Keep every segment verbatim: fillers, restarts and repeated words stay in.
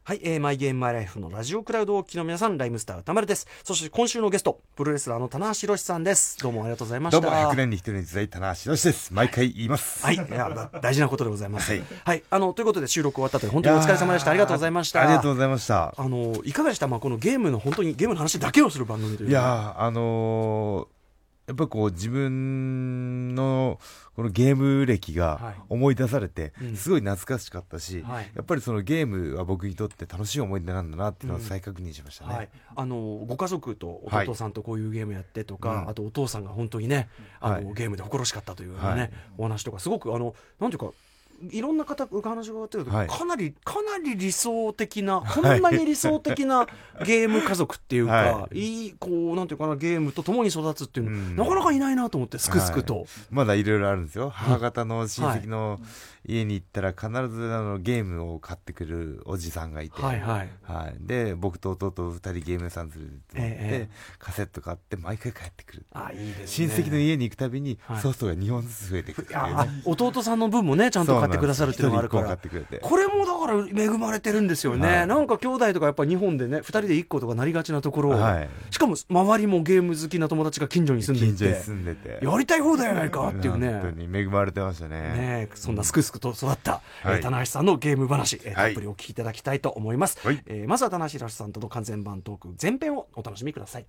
はい、えー、マイゲームマイライフのラジオクラウドをお聞きの皆さん、ライムスター歌丸です。そして今週のゲスト、プロレスラーの棚橋宏さんです。どうもありがとうございました。 どうもひゃくねんに一人に続いた棚橋宏です。毎回言います。 はい、はい、いや大事なことでございます。はい、はい、あのということで収録終わったという本当にお疲れ様でした。ありがとうございました。 ありがとうございました。 あのいかがでした。まあこのゲームの本当にゲームの話だけをする番組という。 いやあのー。やっぱりこう自分のこのゲーム歴が思い出されてすごい懐かしかったし、はい、やっぱりそのゲームは僕にとって楽しい思い出なんだなっていうのを再確認しましたね、うんはい、 あのご家族と弟さんとこういうゲームやってとか、はい、あとお父さんが本当にねあの、はい、ゲームで誇らしかったという、ねはい、お話とかすごくあのなんていうかいろんな方お話があってるけど、はい、かなりかなり理想的なこんなに理想的なゲーム家族っていうか、はい、いいこうなんていうかなゲームと共に育つっていうの、うん、なかなかいないなと思ってすくすくと、はい、 まだいろいろあるんですよ。母方の親戚の家に行ったら必ずあのゲームを買ってくるおじさんがいて、はいはいはい、で僕と弟ふたりゲーム屋さん連れてって、えー、カセット買って毎回帰ってくる。 あいいですね。 親戚の家に行くたびにソフトがにほんずつ増えてくる、 はい、弟さんの分もねちゃんと買ってくださるっていうのがあるから、これもだから恵まれてるんですよね、はい、なんか兄弟とかやっぱ日本でねふたりでいっことかなりがちなところを、はい、しかも周りもゲーム好きな友達が近所に住んでいて、 近所に住んでてやりたい放題やないかっていうね、 本当に恵まれてました ね, ねそんなすくすくと育った、うんえー、棚橋さんのゲーム話、えー、たっぷりお聞きいただきたいと思います、はいえー、まずは棚橋宏さんとの完全版トーク前編をお楽しみください。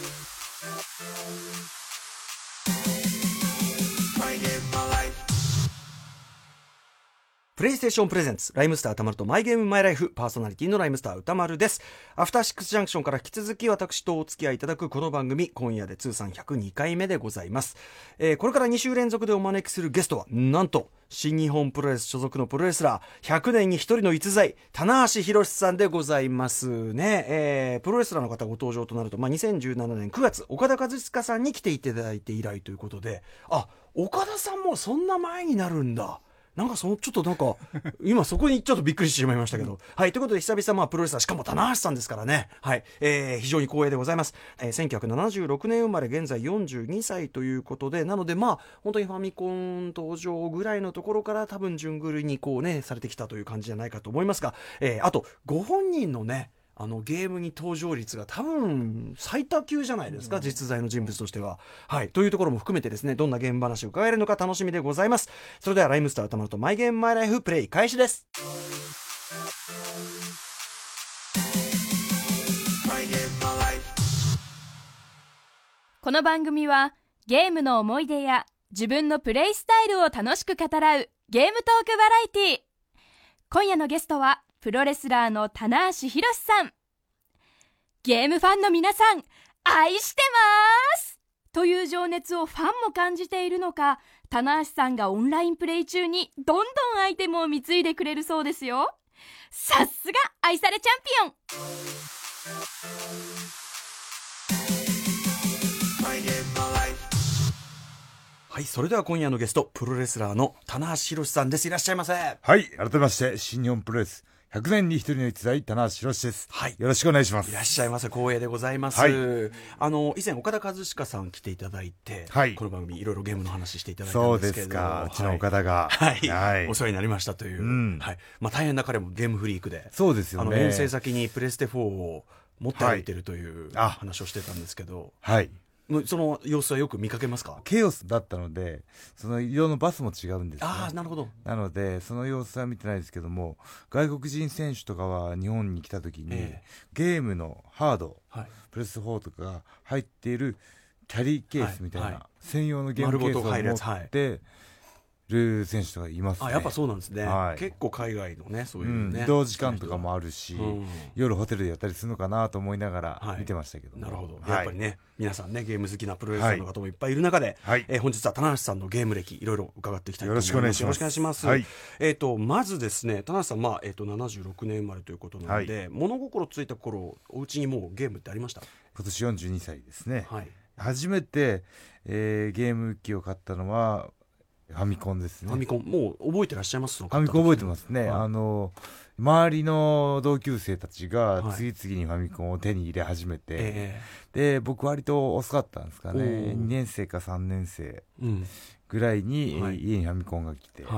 プレイステーションプレゼンツライムスター歌丸とマイゲームマイライフ、パーソナリティのライムスター歌丸です。アフターシックスジャンクションから引き続き私とお付き合いいただくこの番組、今夜で通算ひゃくにかいめでございます、えー、これからに週連続でお招きするゲストはなんと新日本プロレス所属のプロレスラーひゃくねんに一人の逸材棚橋宏さんでございますね、えー、プロレスラーの方ご登場となると、まあ、にせんじゅうななねんくがつ岡田和親さんに来ていただいて以来ということで、あ岡田さんもそんな前になるんだ、なんかそのちょっとなんか今そこにちょっとびっくりしてしまいましたけど、はいということで久々まあプロレスラーしかも棚橋さんですからね、はい、えー、非常に光栄でございます、えー、せんきゅうひゃくななじゅうろくねん生まれ現在よんじゅうにさいということで、なのでまあ本当にファミコン登場ぐらいのところから多分順繰りにこうねされてきたという感じじゃないかと思いますが、えー、あとご本人のねあのゲームに登場率が多分最多級じゃないですか、実在の人物としては、はい、というところも含めてですねどんなゲーム話を伺えるのか楽しみでございます。それではライムスター歌丸とマイゲームマイライフプレイ開始です。 この番組はゲームの思い出や自分のプレイスタイルを楽しく語らうゲームトークバラエティ。今夜のゲストはプロレスラーの棚橋宏さん。ゲームファンの皆さん愛してますという情熱をファンも感じているのか、棚橋さんがオンラインプレイ中にどんどんアイテムを貢いでくれるそうですよ。さすが愛されチャンピオン。 はい、それでは今夜のゲストプロレスラーの棚橋宏さんです。いらっしゃいませ。 はい、改めまして新日本プロレスひゃくねんに一人の逸材棚橋宏です、はい、よろしくお願いします。 いらっしゃいませ、光栄でございます、はい、あの以前岡田和親さん来ていただいて、はい、この番組いろいろゲームの話していただいたんですけど、 そうですか、うちの岡田が、 はいはい、お世話になりましたという、うんはいまあ、大変な彼もゲームフリークで、そうですよね、あの遠征先にプレステフォーを持って歩いてるという話をしてたんですけど、はい、その様子はよく見かけますか？ ケイオスだったのでその移動のバスも違うんですね。 ああなるほど。 なのでその様子は見てないですけども、外国人選手とかは日本に来た時に、えー、ゲームのハード、はい、プレスフォーとかが入っているキャリーケースみたいな、はいはい、専用のゲームケースを持ってる選手とかいますね。 あやっぱそうなんですね、はい、結構海外のねそういうね、 うん、移動時間とかもあるし、うん、夜ホテルでやったりするのかなと思いながら見てましたけど、はい、 なるほど、はい、やっぱりね皆さんねゲーム好きなプロレスラーの方もいっぱいいる中で、はいえー、本日は棚橋さんのゲーム歴いろいろ伺っていきたいと思います。よろしくお願いします。はい、えー、とまずですね棚橋さん、まあえー、とななじゅうろくねん生まれということなので、はい、物心ついた頃お家にもうゲームってありました？ 今年よんじゅうにさいですね、はい、初めて、えー、ゲーム機を買ったのはファミコンですね。 ファミコンもう覚えてらっしゃいます？ ファミコン覚えてますね、はい、あの周りの同級生たちが次々にファミコンを手に入れ始めて、はいえー、で僕割と遅かったんですかね、にねん生かさんねん生ぐらいに、うんはい、家にファミコンが来て、はい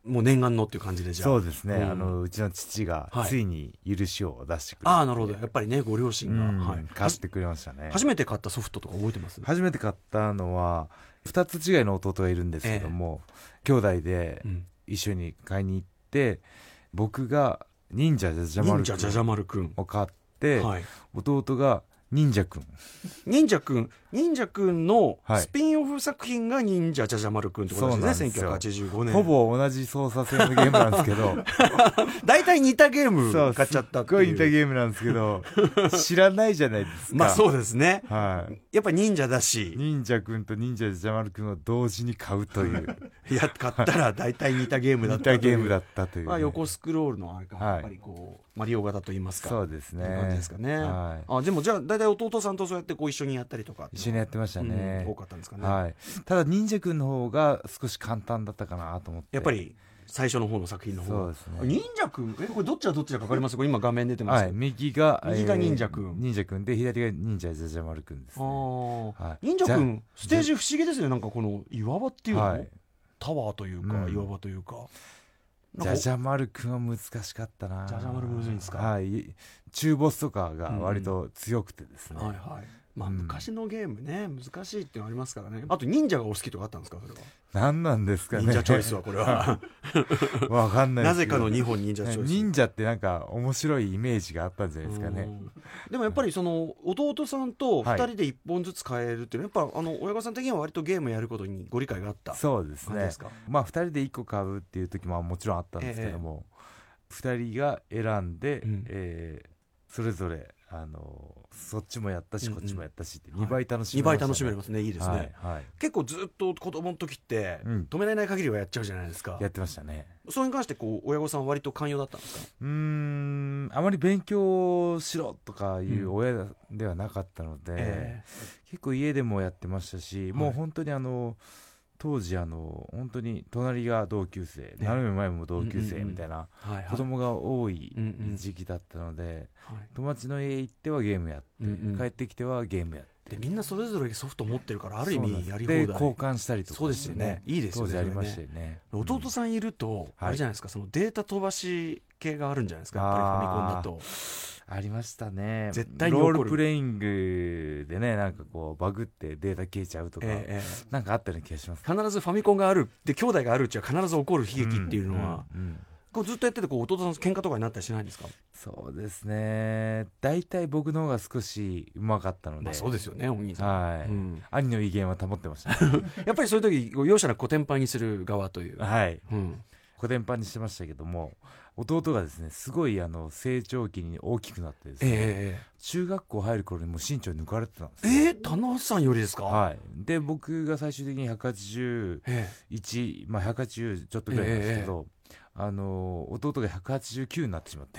もう念願のっていう感じでじゃあ。 そうですね、 うん、 あのうちの父がついに許しを出してくれて、 ああなるほど、やっぱりねご両親が、 うんはい、 買ってくれましたね。 初めて買ったソフトとか覚えてます？ 初めて買ったのはふたつ違いの弟がいるんですけども、えー、兄弟で一緒に買いに行って、僕が忍者じゃじゃ丸くんを買って、はい、弟が忍者くん忍者くん忍者くんのスピンオフ作品が忍者じゃじゃ丸くんってことですね、はい、せんきゅうひゃくはちじゅうごねん。 ほぼ同じ操作性のゲームなんですけど大体似たゲーム買っちゃったっていう。 すっごい似たゲームなんですけど知らないじゃないですか。 まあそうですね、 はい、 やっぱ忍者だし忍者くんと忍者じゃ丸くんを同時に買うといういや買ったら大体似たゲームだったという似たゲームだったという、ね、 まあ、横スクロールのあれか、はい、やっぱりこうマリオ型といいますか、 そうですね、 いう感じですかね、 はい、 あでもじゃあ大体弟さんとそうやってこう一緒にやったりとか一緒にやってましたね、 うん、多かったんですかね、 はい、ただ忍者くんの方が少し簡単だったかなと思って。 やっぱり最初の方の作品の方そうですね。 忍者くんえこれどっちはどっちだか分かります？これ今画面出てます、 はい、右が右が忍者くん、 えー、忍者くんで左が忍者じゃじゃ丸くんですね。 あ、はい、忍者くんステージ不思議ですね。なんかこの岩場っていうの、はい、タワーというか、うん、岩場というかじゃじゃ丸くんは難しかったな。 じゃじゃ丸むずいんですか？ はい、中ボスとかが割と強くてですね、 うん、はいはい、まあ、昔のゲームね、うん、難しいっていうのありますからね。あと忍者がお好きとかあったんですか？それは何なんですかね、 忍者チョイスはこれはわかんないですけど、 なぜかのにほん忍者チョイス。 忍者ってなんか面白いイメージがあったんじゃないですかね。 でもやっぱりその弟さんとふたりでいっぽんずつ買えるっていうのはやっぱあの親御さん的には割とゲームやることにご理解があった。 そうですね、まあふたりでいっこ買うっていう時ももちろんあったんですけども、ええ、ふたりが選んで、うん、えー、それぞれあのそっちもやったしこっちもやったしってにばい楽しめましたね。 にばい楽しめますね。いいですね、 はいはい、 結構ずっと子供の時って、うん、止められない限りはやっちゃうじゃないですか。 やってましたね。 それに関してこう親御さんは割と寛容だったんですか？ うーんあまり勉強しろとかいう親ではなかったので、うん、えー、結構家でもやってましたし、はい、もう本当にあの当時あの本当に隣が同級生、ね、斜め前も同級生みたいな子供が多い時期だったので、うんうんはい、友達の家行ってはゲームやって、うんうん、帰ってきてはゲームやって、 でみんなそれぞれソフト持ってるからある意味やり放題で交換したりとか、 そうですよね、いいですよね。 当時ありましたよね。 弟さんいると、うん、あれじゃないですか、そのデータ飛ばし系があるんじゃないですか、やっぱりファミコンだと。 ありましたね。 絶対にロールプレイングでね、なんかこうバグってデータ消えちゃうとか、えー、なんかあったような気がします。 必ずファミコンがあるで兄弟があるうちは必ず起こる悲劇っていうのは、うんうんうん、こうずっとやっててこう弟さん喧嘩とかになったりしないんですか？ そうですね、大体僕の方が少しうまかったので、 まあ、そうですよね、お兄さん、はい、うん、兄の威厳は保ってました、 ね、やっぱりそういう時容赦なくコテンパンにする側という、 はい、 うん、 コテンパンにしてましたけども、弟がですねすごいあの成長期に大きくなってですね、えー、中学校入る頃にもう身長抜かれてたんですよ。 えー、棚橋さんよりですか？ はい。で僕が最終的にひゃくはちじゅういち、えー、まあひゃくはちじゅうちょっとぐらいなんですけど、えー、あの弟がひゃくはちじゅうきゅうになってしまって、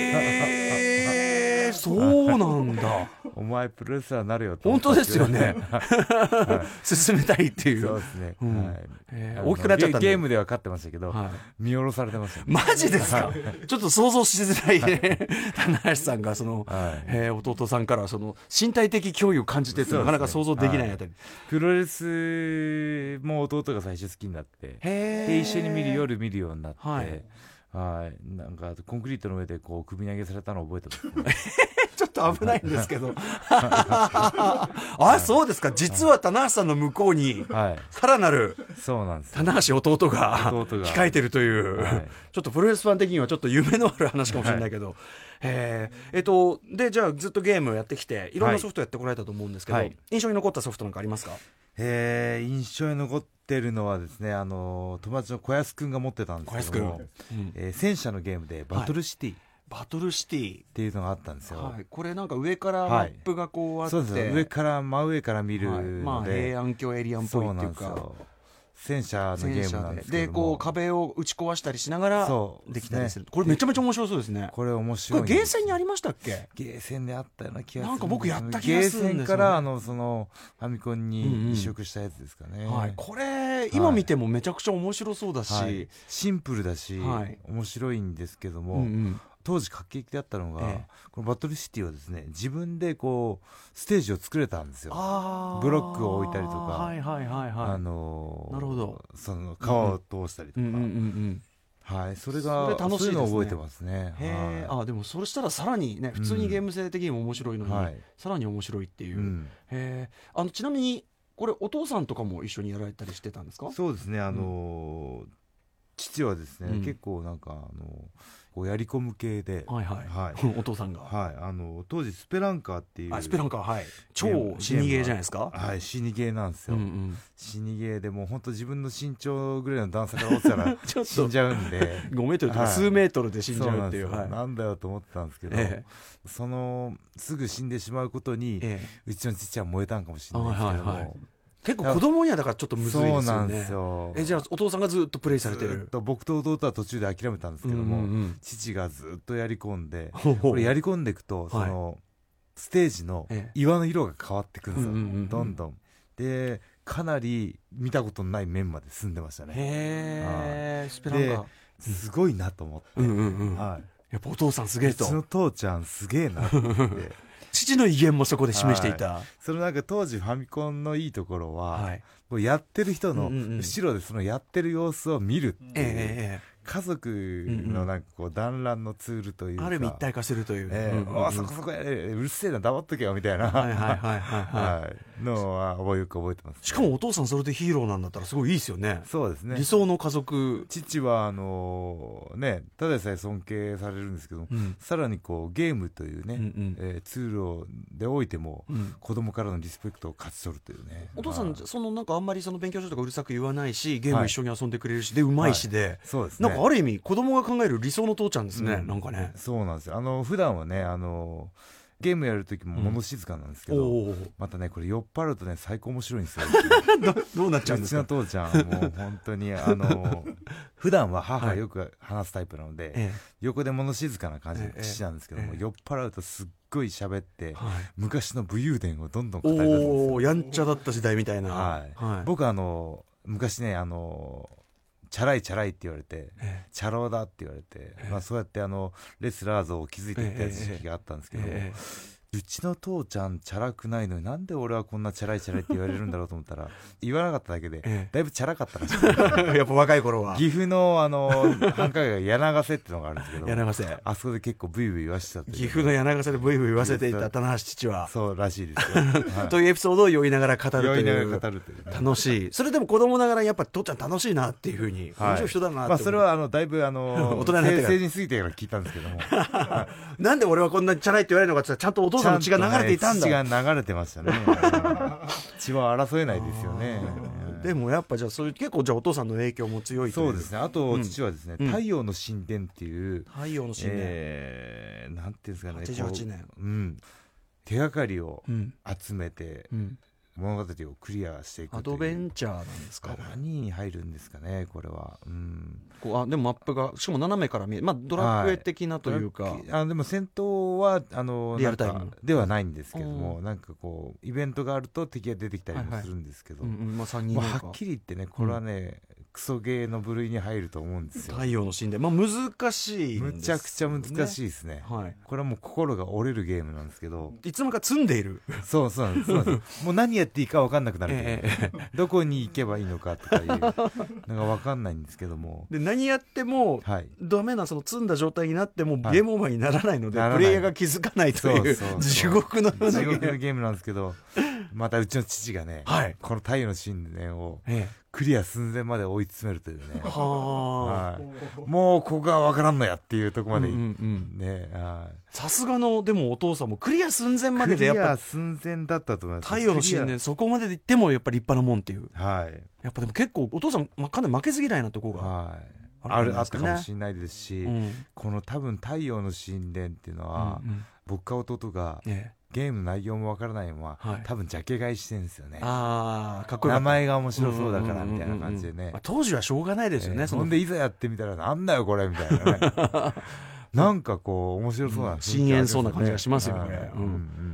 えー、そうなんだお前プロレスラーになるよと本当ですよね、はい、進めたいっていう。 そうですね、うん、はい、 えー、大きくなっちゃったんでゲ, ゲームでは勝ってましたけど、はい、見下ろされてました、ね、 マジですか？ちょっと想像しづらいね棚橋さんがその、はい、えー、弟さんからその身体的脅威を感じてってなかなか想像できないあたり、 はい、プロレスも弟が最初好きになって、で一緒に見る夜見るようになって、はいはい、なんかコンクリートの上でこう首投げされたのを覚えてます、ね、 ちょっと危ないんですけどあ、そうですか。実は棚橋さんの向こうにさらなる棚橋弟が控えてるという、はい、ちょっとプロレスファン的にはちょっと夢のある話かもしれないけど、はい、えー、えっとでじゃあずっとゲームをやってきていろんなソフトやってこられたと思うんですけど、はい、印象に残ったソフトなんかありますか？ えー、印象に残ってるのはですね、あの友達の小安くんが持ってたんですけども、うん、えー、戦車のゲームでバトルシティ、はい、バトルシティっていうのがあったんですよ、 はい、これなんか上からマップがこうあって、はい、そうです、 上から真上から見るので、はい、まあ、 平安京エリアンっぽいっていうか、 戦車のゲームなんですけども、 でこう壁を打ち壊したりしながらできたりする、ね、これめちゃめちゃ面白そうですね。 これ面白い。 これゲーセンにありましたっけ？ ゲーセンであったような気がする。 なんか僕やった気がするんですよ、ね、 ゲーセンからあのそのファミコンに移植したやつですかね、 うんうん、はい、これ今見てもめちゃくちゃ面白そうだし、はい、 シンプルだし、はい、面白いんですけども、うんうん、 当時画期的だったのが、 ええ、 このバトルシティはですね、自分でこうステージを作れたんですよ。 あブロックを置いたりとか、 はいはいはいはい、 あのー、 なるほど、 その川を通したりとか、 うんうんうんうん、 はい、それがそれ楽しいですね。 そういうのを覚えてますね。 へー、 はい、 あでもそれしたらさらにね、普通にゲーム性的にも面白いのに、 うん、はい、 さらに面白いっていう、 うん、 へー、あのちなみにこれお父さんとかも一緒にやられたりしてたんですか？ そうですね、あのーうん、父はですね、 うん、 結構なんかあのこうやり込む系で、 はいはい、はい、お父さんが、 はい、あの当時スペランカーっていう、 あスペランカー、はい、超死にゲーじゃないですか？ はい、死にゲーなんですよ、 うんうん、 死にゲーでもう本当自分の身長ぐらいの段差から落ちたら死んじゃうんでごメートルとか数メートルで死んじゃうっていう、 はい、 はい、 なんだよと思ってたんですけど、 ええ、そのすぐ死んでしまうことに、ええ、うちの父は燃えたんかもしれないですけども、はいはいはい、 結構子供にはだからちょっとむずいですよね。 そうなんですよ。 えじゃあお父さんがずっとプレイされてる？ ずっと僕と弟は途中で諦めたんですけども、うんうんうん、父がずっとやり込んで、これやり込んでいくと、その、はい、ステージの岩の色が変わってくるんですよ、ええ、どんどん。でかなり見たことのない面まで進んでましたね。 へー、スペランカーすごいなと思って、うんうんうん、はい、 やっぱお父さんすげえと、 うちの父ちゃんすげえなって思って父の威厳もそこで示していた、 はい、そのなんか当時ファミコンのいいところは、はい、もうやってる人の後ろでそのやってる様子を見るっていう、えー家族のなんかこう団らんのツールというか、 ある意味一体化するという、 えーうんうん、そこそこやれうるせえな黙っとけよみたいなはいはいはいはい、はい、 のは覚えよく覚えてます、ね、 しかもお父さんそれでヒーローなんだったらすごいいいですよね。 そうですね、 理想の家族。 父はあのー、ねただでさえ尊敬されるんですけど、うん、さらにこうゲームというね、うんうんえー、ツールをでおいても、うん、子供からのリスペクトを勝ち取るというね。 お父さんそのなんかあんまりその勉強書とかうるさく言わないしゲーム一緒に遊んでくれるし、はい、でうまいしで、はい、 そうですね、 なんかある意味子供が考える理想の父ちゃんですね、うん、なんかね。 そうなんですよ。あの普段はねあのゲームやるときも物静かなんですけど、うん、またねこれ酔っ払うとね最高面白いんですよど, どうなっちゃうんですか。 うちの父ちゃんもう本当にあの普段は母がよく話すタイプなので、はい、横で物静かな感じの父なんですけども、えええ、酔っ払うとすっごい喋って、はい、昔の武勇伝をどんどん語り出すんですよ。 おやんちゃだった時代みたいな、 はいはい、僕あの昔ねあのチャラいチャラいって言われて、ええ、チャローだって言われて、ええまあ、そうやってあのレスラー像を築いていった時期があったんですけど、ええうちの父ちゃんチャラくないのになんで俺はこんなチャラいチャラいって言われるんだろうと思ったら言わなかっただけで、ええ、だいぶチャラかったらしいやっぱ若い頃は岐阜のあの繁華街が柳ヶ瀬っていうのがあるんですけど柳ヶ瀬あそこで結構ブイブイ言わせてたって岐阜の柳ヶ瀬でブイブイ言わせていた棚橋父はそうらしいですよ、はい、 というエピソードを酔いながら語るという酔いながら語るという、ね、 楽しい。それでも子供ながらやっぱ父ちゃん楽しいなっていうふうに、はい、面白い人だなって、 まあ、それはあのだいぶあの大人になってから成人過ぎてから聞いたんですけどもなんで俺はこんなにチャラいって言われるのかって言ったらちゃんとお父さんの血が流れていたんだ。 血が流れてましたね血は争えないですよね。 でもやっぱじゃあそういう結構じゃあお父さんの影響も強いという。 そうですね。あと父はですね、うん、太陽の神殿っていう、 太陽の神殿、 えー、なんていうんですかね、はちじゅうはちねん、 うん、手がかりを集めて、うんうん物語をクリアしていくというアドベンチャーなんですか。 何に入るんですかねこれは、うん、 こうあでもマップがしかも斜めから見える、まあ、ドラクエ的なというか、はい、 あでも戦闘はあのリアルタイムではないんですけども、なんかこうイベントがあると敵が出てきたりもするんですけど、はっきり言ってねこれはね、うんクソゲーの部類に入ると思うんですよ。 太陽の神殿、まあ、難しいんです、ね、 むちゃくちゃ難しいですね、はい、これはもう心が折れるゲームなんですけどいつもか積んでいるそうそうなんですそうなんですもう何やっていいか分かんなくなる、えー、どこに行けばいいのかとかいうのが分かんないんですけどもで何やっても、はい、ダメなその積んだ状態になってもゲームオーバーにならないので、はい、プレイヤーが気づかないという地獄のような地獄のゲームなんですけどまたうちの父がね、はい、この太陽の神殿を、ええクリア寸前まで追い詰めるというねは、はい、もうここが分からんのやっていうところまで、うんうんうんね、 さすがのでもお父さんもクリア寸前まででやっぱクリア寸前だったと思います。 太陽の神殿そこまででいってもやっぱり立派なもんっていう、 はい、 やっぱでも結構お父さん、まあ、かなり負けず嫌いなところが、はい、 あるあったかもしれないですし、うん、この多分太陽の神殿っていうのは、うんうん、僕か弟が、ええゲームの内容もわからないまま、はい、多分ジャケ買いしてるんですよね。 あかっこいい名前が面白そうだからみたいな感じでね、 当時はしょうがないですよね、 えー、そんでいざやってみたらなんだよこれみたいなねなんかこう面白そうな、うん、 深淵そうな感じがしますよね、 はいうんうん、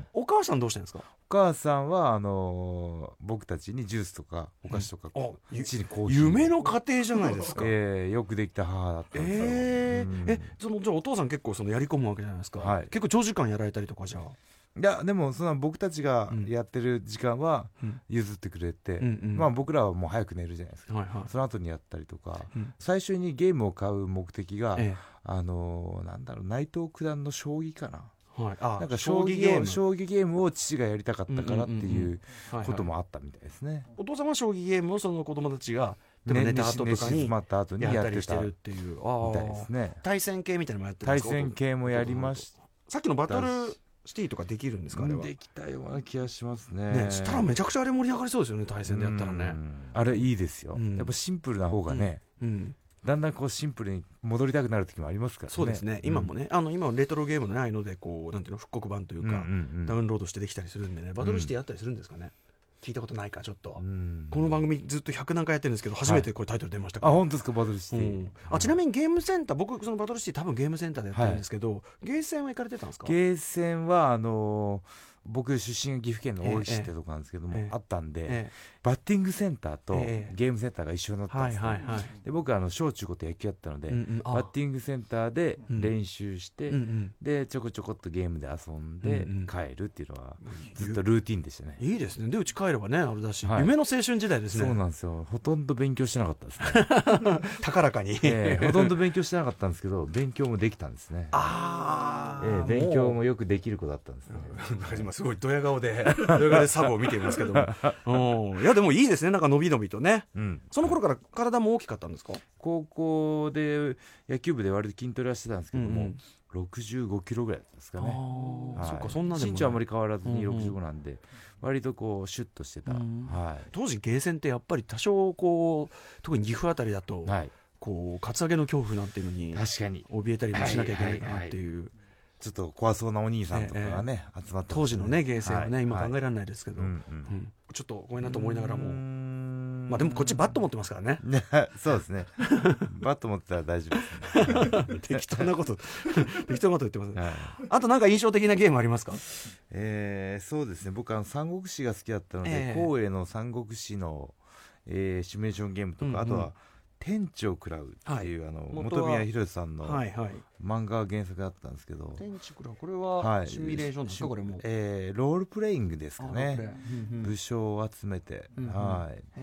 お母さんどうしてるんですか？ お母さんはあのー、僕たちにジュースとかお菓子とか、うん、うちにコーヒー、 夢の家庭じゃないですか。 えー、よくできた母だったんですよ、 えーうん、 えそのじゃあお父さん結構そのやり込むわけじゃないですか、はい、結構長時間やられたりとかじゃあ。 いやでもその僕たちがやってる時間は譲ってくれて、うんうん、まあ、僕らはもう早く寝るじゃないですか、はいはい、その後にやったりとか、うん、最初にゲームを買う目的が、ええ、あのー、なんだろう内藤九段の将棋かな、はい、あなんか将棋ゲーム将棋ゲームを父がやりたかったからっていうこともあったみたいですね。 お父さんは将棋ゲームをその子供たちが寝た後とかにまった後にやってたみたいですね。 対戦系みたいなのもやってるんですか？ 対戦系もやりました。 さっきのバトルシティとかできるんですか？あれはできたような気がしますね。 ねしたらめちゃくちゃあれ盛り上がりそうですよね、対戦でやったらね。 あれいいですよ、うん、やっぱシンプルな方がね、うんうんだんだんこうシンプルに戻りたくなる時もありますからね。 そうですね、今もね、うん、あの今レトロゲームのないのでこうなんていうの復刻版というか、うんうんうん、ダウンロードしてできたりするんでね、バトルシティやったりするんですかね、うん、聞いたことないかちょっと、うん、この番組ずっとひゃく何回やってるんですけど初めてこれタイトル出ましたから、 はい、あ本当ですか？バトルシティ、うん、 あちなみにゲームセンター、僕そのバトルシティ多分ゲームセンターでやってるんですけど、はい、ゲーセンは行かれてたんですか？ ゲーセンはあのー僕出身が岐阜県の大石ってとこなんですけども、ええ、あったんで、え、バッティングセンターとゲームセンターが一緒になったんです、ねはいはいはい、で僕はあの小中高と野球やったので、うんうん、バッティングセンターで練習して、うんうん、でちょこちょこっとゲームで遊んで帰るっていうのはずっとルーティンでしたね。 いいですね。でうち帰ればねあれだし、はい、夢の青春時代ですね。 そうなんですよ。ほとんど勉強してなかったですね高らかに、 えー、ほとんど勉強してなかったんですけど勉強もできたんですね。あ、えー、勉強もよくできる子だったんですね今すごいドヤ顔でドヤ顔でサブを見ていますけどもいやでもいいですね、なんか伸び伸びとね、うん、その頃から体も大きかったんですか？ 高校で野球部で割と筋トレはしてたんですけども、うん、ろくじゅうごキロぐらいですかね。はい、そっか、そんなでもね、身長あまり変わらずにろくじゅうごなんで、うんうん、割とこうシュッとしてた、うんはい、 当時ゲーセンってやっぱり多少こう特に岐阜あたりだと、はい、こうカツアゲの恐怖なんていうのに確かに怯えたりもしなきゃいけないなっていう、はいはいはい、 ちょっと怖そうなお兄さんとかがね、ええ、集まって、ね、 当時のねゲーセンはね、はい、今考えられないですけど、はいうんうんうん、ちょっとごめんなと思いながらも、まあでもこっちバット持ってますからねそうですねバット持ってたら大丈夫ですね適当なこと適当なこと言ってます、ねはい、あとなんか印象的なゲームありますか？ えー、そうですね、僕は三国志が好きだったので、えー、光栄の三国志の、えー、シミュレーションゲームとか、うんうん、あとは天地を食らうっていう、はい、あの本宮宏さんの漫画が原作だったんですけど、はいはい、 天地食らうこれはシミュレーションですか？これも、 えー、ロールプレイングですかね、うんうん、武将を集めて、うんうんはいうん、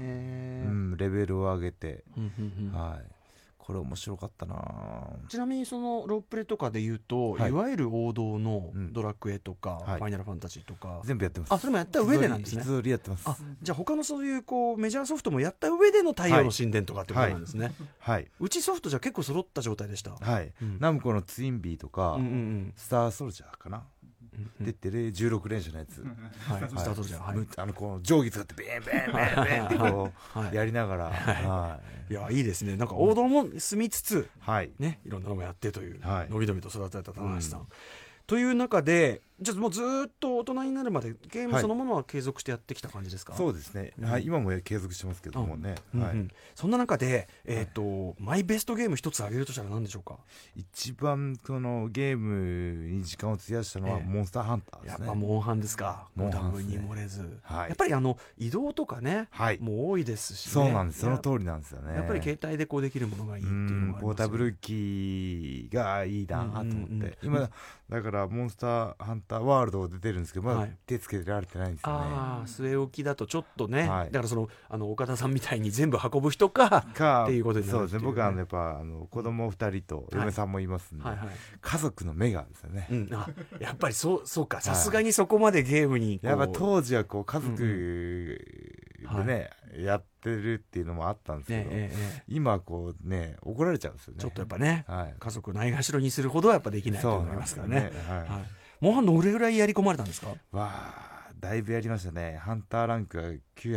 レベルを上げて、うんうんうん、はいこれ面白かったな。 ちなみにそのロープレとかで言うと、はい、いわゆる王道のドラクエとか、うん、ファイナルファンタジーとか、 はい、全部やってます。 あそれもやった上でなんですね。 普通にやってます。 あじゃあ他のそういうこうメジャーソフトもやった上での太陽の神殿とかってことなんですね。はい、はい、うちソフトじゃ結構揃った状態でした。 はい、うん、ナムコのツインビーとか、うんうんうん、スターソルジャーかな、出てるじゅうろく連射のやつ、はいはい、スタートじゃん、はい、あのこう定規使ってベンベンベンベンってこうやりながら、はいはい、 いやいいですね。なんか王道も住みつつ、はいね、いろんなのもやってという、はい、のびのびと育てた棚橋さん、うん、という中でじゃあもうずっと大人になるまでゲームそのものは継続してやってきた感じですか？ はい、そうですね、うんはい、今も継続してますけどもね、うんはいうん、 そんな中で、えーとはい、マイベストゲーム一つ挙げるとしたら何でしょうか？ 一番そのゲームに時間を費やしたのはモンスターハンターですね。 やっぱモンハンですか？モンハンですね、に漏れず、はい、やっぱりあの移動とかね、はい、もう多いですし、ね、 そうなんです、その通りなんですよね。 やっぱり携帯でこうできるものがいいっていうのがありますよね。 ポータブル機がいいなと思って、うんうんうん、今だからモンスターハンターワールド出てるんですけど、まだ手つけられてないんですよね。 ああ、据え置きだとちょっとね、はい、だからそのあの岡田さんみたいに全部運ぶ人かかっていうことになる。 そうですね。僕はあのやっぱあの子供ふたりと嫁さんもいますんで、はいはいはい、家族の目がですよね。うん、 あやっぱりそうそうか、さすがにそこまでゲームにこう、 やっぱ当時はこう家族でね、うんうん、やってるっていうのもあったんですけど、ねええ、今はこうね怒られちゃうんですよね。 ちょっとやっぱね、はい、家族ないがしろにするほどはやっぱできないと思いますからね。ねはいはい、モンハンどれぐらいやり込まれたんですか？ わあだいぶやりましたね。ハンターランクがきゅうひゃく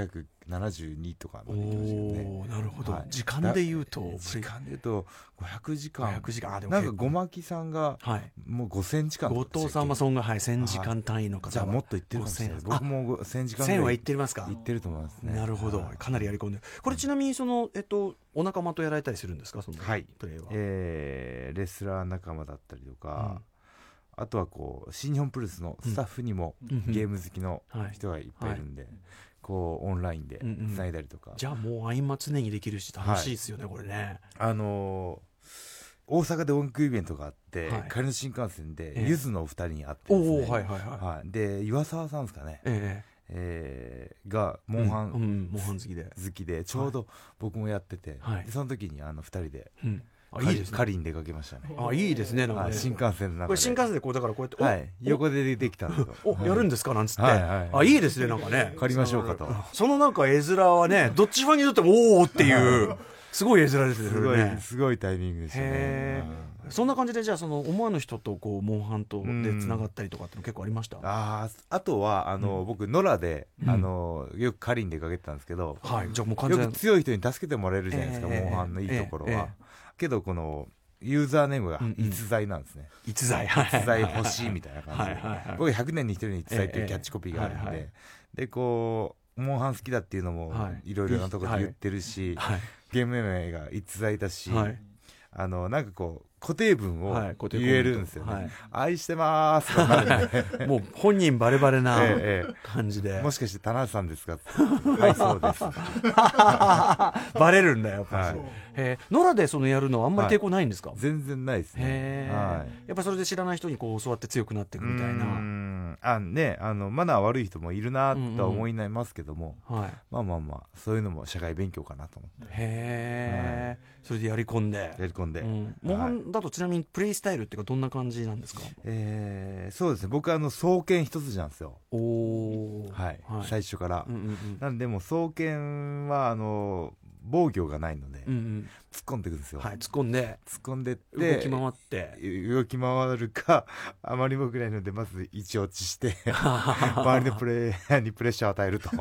ななじゅうにとかまで行きましたよね。 おーなるほど、 はい、 時間でいうと時間でいうとごひゃくじかん、 ごひゃくじかん、あでもなんかごまきさんがはいもうごせんじかんと後かでしたっけ。 藤さんはそんが、はい、せんじかん単位の方は、 じゃあもっといってるかもしれない。僕もせんじかんぐらいせんは行ってますか。 行ってると思いますね。 なるほど、かなりやり込んでる。これちなみにその、えっと、お仲間とやられたりするんですか、そのはいプレーは。 えーレスラー仲間だったりとか、 うんあとはこう新日本プロレスのスタッフにもうんゲーム好きのはい人がいっぱいいるんで、こうオンラインでつないだりとか、 じゃあもう合間常にできるし楽しいですよね、これね。 あのー大阪で音楽イベントがあって、 はい帰りの新幹線でええゆずのお二人に会ってですね、 おおはいはいはい、 はい、で岩沢さんですかね、 ええーがえモンハンうんうんモンハン好きで、 好きでちょうど僕もやってて、 はいでその時にあのふたりでうん、あカリいいですね。 カリに出かけましたね。 あいいですね、なんかねはい、新幹線の中でこれ新幹線でこうだからこうやって、おはい、横でできたんですよ。 おやるんですかなんつって、 はいはいあいいですね、なんかね借りましょうかと。 そのなんか絵面はね、どっちファンにとってもおおっていうすごい絵面ですね、 すごい、 それね。 すごいタイミングでしたね。 へーそんな感じで、じゃあその思わぬ人とこうモンハンとうんでつながったりとかっての結構ありました。 あーあとはあの、 うん僕野良で、 うんあのよく狩りに出かけてたんですけど、 はい、じゃあもう完よ全く強い人に助けてもらえるじゃないですか、 ええモンハンのいいところは、 えええけどこのユーザーネームがうんうん逸材なんですね、 逸材、はい逸材欲しいみたいな感じで、 はいはいはい僕ひゃくねんに一人の逸材っていうキャッチコピーがあるんで、 ええはいはいでこうモンハン好きだっていうのも、 はいいろいろなところで言ってるし、 はいゲーム名が逸材だし、 はいあのなんかこう固定文をはい固定言えるんですよね、 はい愛してまーすとかなるんでもう本人バレバレなええ感じで、 もしかして田中さんですかはいそうですバレるんだよやっぱり、 はいえー野良でそのやるのはあんまり抵抗ないんですか。 全然ないですねへーはいやっぱそれで知らない人にこう教わって強くなっていくみたいうーな。 あねあのマナー悪い人もいるなとは思いますけども、 はい、 まあまあまあそういうのも社会勉強かなと思ってへえ、それでやり込んで、 やり込んで、 うん、モンハンだとちなみにプレイスタイルっていうかどんな感じなんですか。 えーそうですね僕はあの双剣一筋なんですよ、 おおはいはい、 最初から、 うんうんうんなんでもう双剣はあの防御がないので、 うんうん突っ込んでいくんですよ、 はい、突っ込んで突っ込んでって動き回って動き回るかあまりもぐらいのでまず一落ちして周りのプレイヤーにプレッシャーを与えると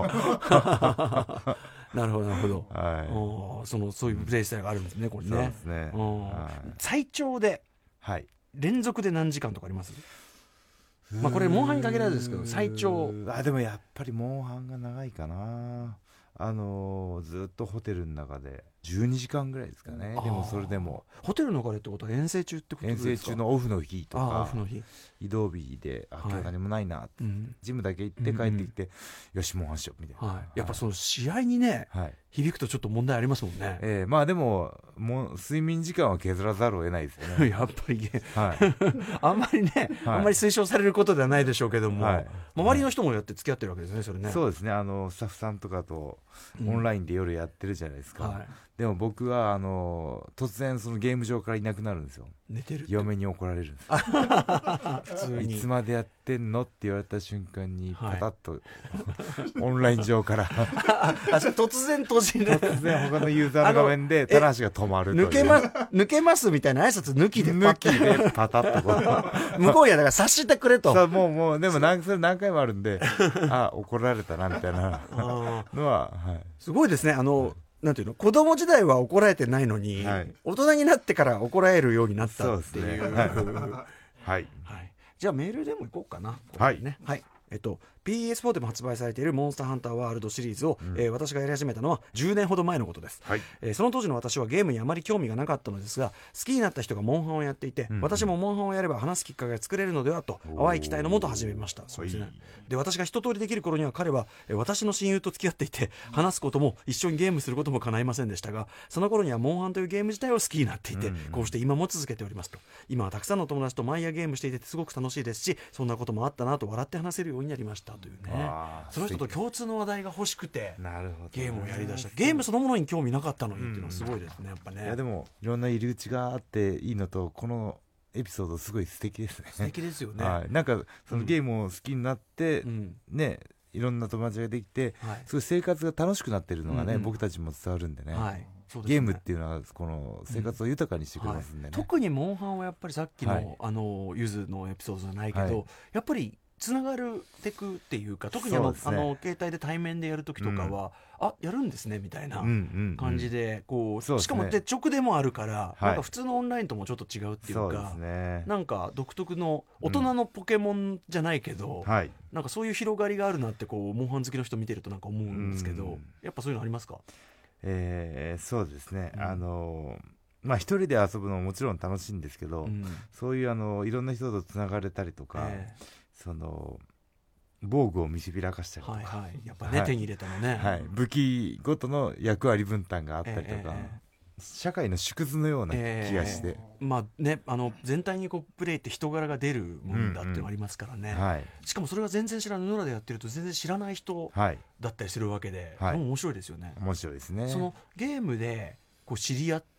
なるほどなるほど、 はおーそのそういうプレイスタイルがあるんですね、これいそうでね。 すねうんはい最長ではい連続で何時間とかあります。まあこれモンハンに限らずですけど最長。 あでもやっぱりモンハンが長いかなあのーずっとホテルの中でじゅうにじかんぐらいですかね。でもそれでもホテルの中でってことは遠征中ってことで遠すか。 征中のオフの日とああオかフの日、 移動日であはい今日何もないな、 うんジムだけ行って帰ってきて、よしモンハンしようみたいな、 はい、やっぱその試合にねはい響くとちょっと問題ありますもんね。 えーまあでももう睡眠時間は削らざるを得ないですよねやっぱりゲはいあんまりね、 はいあんまり推奨されることではないでしょうけども、 はい周りの人もやって付き合ってるわけですね、それね。 そうですねあのスタッフさんとかとオンラインで夜やってるじゃないですか、 はい、 でも僕はあの突然そのゲーム上からいなくなるんですよ。 寝てるって嫁に怒られるんです普通にいつまでやってんのって言われた瞬間にはいパタッと、オンライン上からあそれ突然閉じる突然他のユーザーの画面で棚橋が止まるという抜けま抜けますみたいな挨拶抜きでパッ抜きでパタッとこう向こうやだから察してくれと。 さあもうもうでも何それ何回もあるんであ怒られたなみたいなあーのは、はい、 すごいですね。あの、なんていうの、子供時代は怒られてないのに、 はい大人になってから怒られるようになったっていう。 そうですねはいはい、じゃあメールでも行こうかな。 はいこれね、はい。えっと、ピーエスフォー でも発売されているモンスターハンターワールドシリーズを、 うんえー私がやり始めたのはじゅうねんほど前のことです、 はいえーその当時の私はゲームにあまり興味がなかったのですが、好きになった人がモンハンをやっていて、 うん私もモンハンをやれば話すきっかけが作れるのではとおー淡い期待のもと始めました。そうですね。 はいで私が一通りできる頃には彼は、えー私の親友と付き合っていて、話すことも一緒にゲームすることも叶いませんでしたが、その頃にはモンハンというゲーム自体を好きになっていて、 うんこうして今も続けておりますと。今はたくさんの友達と毎夜ゲームしていてすごく楽しいですし、そんなこともあったなと笑って話せるようになりましたというね。 あーその人と共通の話題が欲しくてなるほどゲームをやりだした。ゲームそのものに興味なかったのにっていうのはすごいですね、やっぱね。 いやでもいろんな入り口があっていいのとこのエピソードすごい素敵ですね素敵ですよね。 はい、なんかそのゲームを好きになって、 うんねいろんな友達ができてはいすごい生活が楽しくなってるのがね、 うんうん僕たちも伝わるんでね、 はいそうですねゲームっていうのはこの生活を豊かにしてくれますんでね、 はい、特にモンハンはやっぱりさっきの、 はいあのゆずのエピソードじゃないけど、 はいやっぱりつながるてくっていうか、特にあの、 そうですね、 あの携帯で対面でやるときとかは、うん、あやるんですねみたいな感じで、こう、 そうですね、 しかもで直でもあるから、 はい、 なんか普通のオンラインともちょっと違うっていうか、 そうですね、 なんか独特の大人のポケモンじゃないけど、うん、はい、なんかそういう広がりがあるなってこうモンハン好きの人見てるとなんか思うんですけど、うん、やっぱそういうのありますか？ えー、そうですね、うん、あのまあ一人で遊ぶのももちろん楽しいんですけど、うん、そういうあのいろんな人とつながれたりとか、えー、その防具を見せびらかしたりとか、はいはい、 やっぱね、はい、手に入れたのね、 はい、武器ごとの役割分担があったりとか、えーえー、社会の縮図のような気がして、えー、まあね、あの全体にこうプレイって人柄が出るもんだってのがありますからね、うんうん、はい、しかもそれが全然知らない、野良でやってると全然知らない人だったりするわけで、はい、面白いですよね。 面白いですね。 そのゲームでこう知り合った、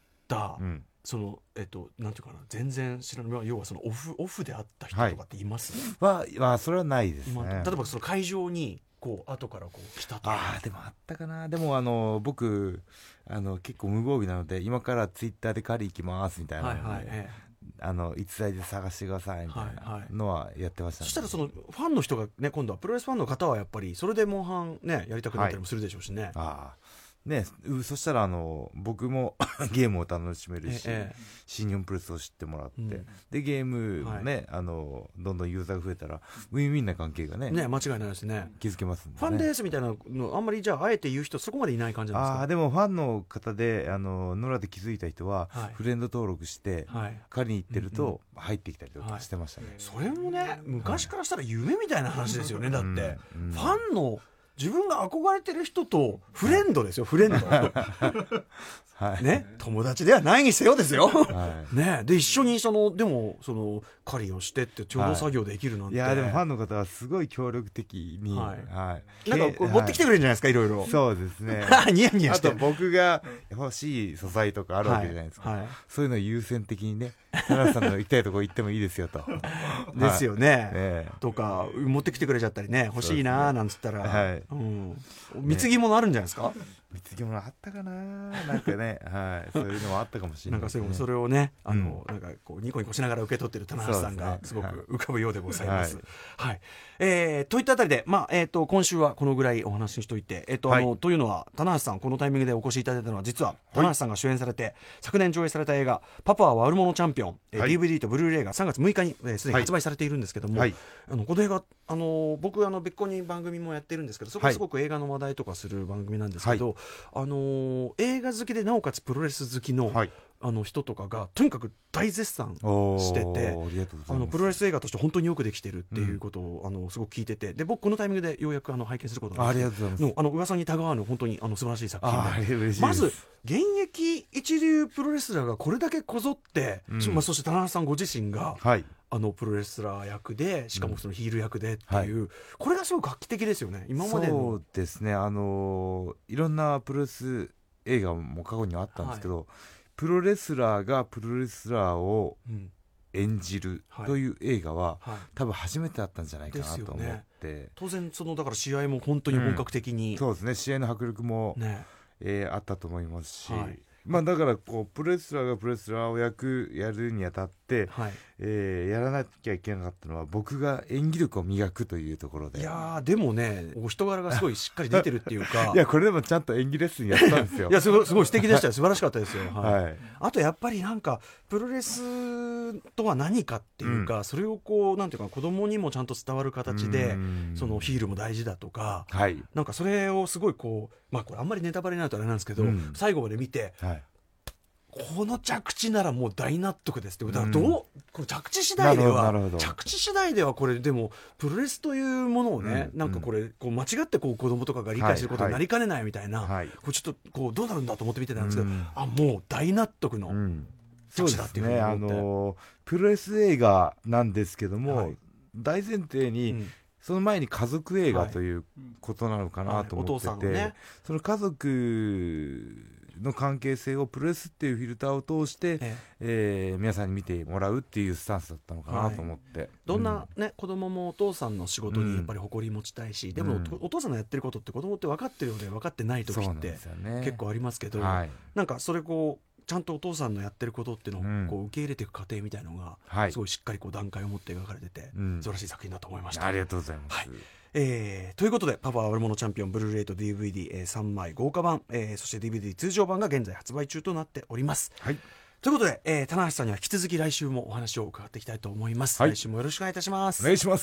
うん、そのえっとなんていうかな、全然知らない、要はそのオフオフで会った人とかっています？ はい、はそれはないですね。 今例えばその会場にこう後からこう来たとか。 ああ、でもあったかな。でもあの僕あの結構無防備なので、今からツイッターで狩り行きますみたいな、はいはい、ええ、あの逸材で探してくださいみたいなのはやってましたね。 そしたらそのファンの人がね、今度はプロレスファンの方はやっぱりそれでモンハンねやりたくなったりもするでしょうしね、はい、 ああね、そしたらあの僕もゲームを楽しめるし、ええ、新日本プロレスを知ってもらって、うん、でゲームね、はい、あのどんどんユーザーが増えたらウィンウィンな関係がね、 ね、間違いないですね。 気づけますんで、ね、 ファンですみたいなのあんまりじゃああえて言う人そこまでいない感じなんですか？ あでもファンの方であの野良で気づいた人は、はい、フレンド登録して、はい、借りに行ってると入ってきたりとかしてましたね、はい、 それもね昔からしたら夢みたいな話ですよね、だって、うんうん、ファンの自分が憧れてる人とフレンドですよ、フレンドはいね、友達ではないにせよですよ、はいね、で一緒にそのでもその狩りをしてって共同作業できるなんて、 はい、いやでもファンの方はすごい協力的に、はいはい、 なんかこう持ってきてくれるんじゃないですか、いろいろ。 そうですねニヤニヤして、 あと僕が欲しい素材とかあるわけじゃないですか、はいはい、そういうのを優先的にね、田中さんの行きたいところ行ってもいいですよとですよね、 はいね、 とか持ってきてくれちゃったりね、欲しいなーなんつったら、はい、うん、貢ぎ物あるんじゃないですか、ね、 貢ぎ物あったかな、なんかね、はい、そういうのもあったかもしれない、ね、 なんかそれをね、あの、うん、なんかこうニコニコしながら受け取ってる棚橋さんがすごく浮かぶようでございます。はいはい、えー、といったあたりで、まあえー、と今週はこのぐらいお話ししといて、えーとはい、あのというのは棚橋さんこのタイミングでお越しいただいたのは実は棚橋さんが主演されて、はい、昨年上映された映画「パパは悪者チャンピオン」はい、ディーブイディー とブルーレイがさんがつむいかにすで、えー、に発売されているんですけども、はい、あのこの映画あの僕あの別個に番組もやってるんですけど、そこすごく映画の話題とかする番組なんですけど、はい、あの映画好きでなおかつプロレス好きの、はい、あの人とかがとにかく大絶賛してて、あのプロレス映画として本当によくできてるっていうことを、うん、あのすごく聞いてて、で僕このタイミングでようやくあの拝見することができて、あの噂にたがわぬ本当にあの素晴らしい作品で、まず現役一流プロレスラーがこれだけこぞって、うん、まあ、そして田中さんご自身が、はい、あのプロレスラー役でしかもそのヒール役でっていう、うん、はい、これがすごく画期的ですよね、今までの。 そうですね、あのいろんなプロレス映画も過去にはあったんですけど、はい、プロレスラーがプロレスラーを演じるという映画は、はいはい、多分初めてだったんじゃないかなと思って、ね、 当然そのだから試合も本当に本格的に、 うん、そうですね、試合の迫力も、ね、えー、あったと思いますし、はい、まあ、だからこうプロレスラーがプロレスラーを役やるにあたって、はい、えー、やらなきゃいけなかったのは僕が演技力を磨くというところで。 いやでもね、お人柄がすごいしっかり出てるっていうかいやこれでもちゃんと演技レッスンやったんですよいやすごい、すごい素敵でしたよ、素晴らしかったですよ、はいはい、あとやっぱりなんかプロレスとは何かっていうか、うん、それをこうなんていうか子供にもちゃんと伝わる形で、そのヒールも大事だとか、はい、なんかそれをすごいこう、まあこれあんまりネタバレになるとあれなんですけど、うん、最後まで見て、はい、この着地ならもう大納得ですって、だからどう、うん、この着地次第では着地次第ではこれでもプロレスというものをね、うん、なんかこれこう間違ってこう子供とかが理解することになりかねないみたいな、はいはい、こうちょっとこうどうなるんだと思って見てたんですけど、うん、あもう大納得の着地だっていうふうに思って、 そうですね、あのプロレス映画なんですけども、はい、大前提に、うん、その前に家族映画ということなのかなと思ってて、はいはい、ね、その家族の関係性をプロレスっていうフィルターを通して、えええー、皆さんに見てもらうっていうスタンスだったのかなと思って、はい、 どんな、ね、うん、子供もお父さんの仕事にやっぱり誇り持ちたいし、うん、でも、うん、お父さんのやってることって子供って分かってるようで分かってない時って、ね、結構ありますけど、はい、なんかそれこうちゃんとお父さんのやってることっていうのをこう受け入れていく過程みたいのが、うん、すごいしっかりこう段階を持って描かれてて、うん、素晴らしい作品だと思いました。 ありがとうございます、はい。 えー、ということでパパは悪者チャンピオンブルーレイと ディーブイディー、えー、さんまい豪華版、えー、そして ディーブイディー 通常版が現在発売中となっております、はい。ということで、えー、棚橋さんには引き続き来週もお話を伺っていきたいと思います、はい、来週もよろしくお願いいたします。 お願いします。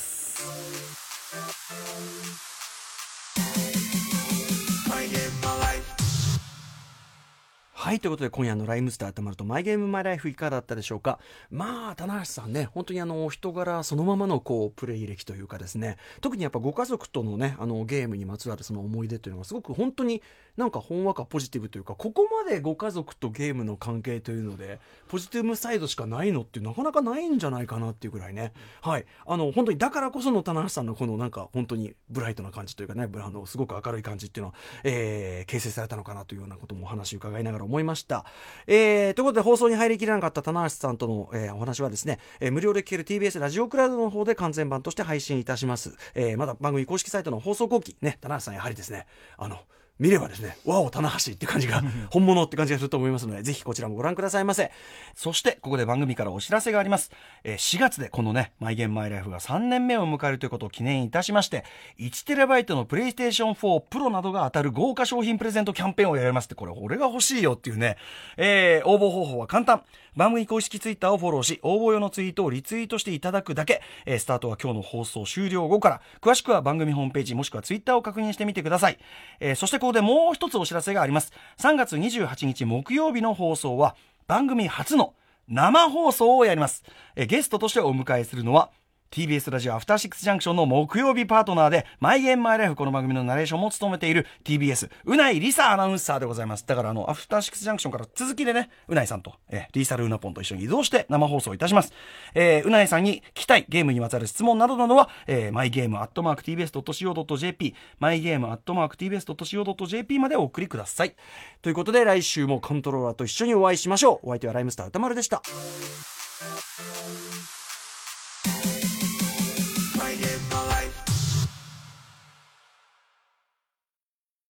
はい、ということで今夜のライムスターたまるとマイゲームマイライフいかがだったでしょうか。まあ棚橋さんね、本当にあの人柄そのままのこうプレイ歴というかですね、特にやっぱご家族とのねあのゲームにまつわるその思い出というのがすごく本当になんかほんわかポジティブというか、ここまでご家族とゲームの関係というのでポジティブサイドしかないのってなかなかないんじゃないかなっていうぐらいね、はい、あの本当にだからこその棚橋さんのこのなんか本当にブライトな感じというかね、あのすごく明るい感じっていうのは、えー、形成されたのかなというようなこともお話を伺いながら思いました。えー、ということで放送に入りきれなかった棚橋さんとの、えー、お話はですね、えー、無料で聞ける ティービーエス ラジオクラウドの方で完全版として配信いたします。えー、まだ番組公式サイトの放送後期ね、棚橋さんやはりですね、あの見ればですね、わお棚橋って感じが本物って感じがすると思いますので、ぜひこちらもご覧くださいませ。そしてここで番組からお知らせがあります。えー、しがつでこのねマイゲームマイライフがさんねんめを迎えるということを記念いたしまして、いちテラバイトのプレイステーションフォープロなどが当たる豪華商品プレゼントキャンペーンをやりますって、これ俺が欲しいよっていうね、えー、応募方法は簡単。番組公式ツイッターをフォローし、応募用のツイートをリツイートしていただくだけ。えー、スタートは今日の放送終了後から。詳しくは番組ホームページもしくはツイッターを確認してみてください。えー、そしてここでもう一つお知らせがあります。さんがつにじゅうはちにち木曜日の放送は番組初の生放送をやります。えー、ゲストとしてお迎えするのはティービーエス ラジオアフターシックスジャンクションの木曜日パートナーでマイゲームマイライフ、この番組のナレーションも務めている ティービーエス うないりさアナウンサーでございます。だからあのアフターシックスジャンクションから続きでね、うないさんと、えー、リーサルうなぽんと一緒に移動して生放送いたします。えー、うないさんに聞きたいゲームにまつわる質問などなどは、えー、マイゲームアットマーク ティービーエスドットシーオードットジェーピー マイゲームアットマーク ティービーエスドットシーオードットジェーピー までお送りください。ということで来週もコントローラーと一緒にお会いしましょう。お相手はライムスター歌丸でした。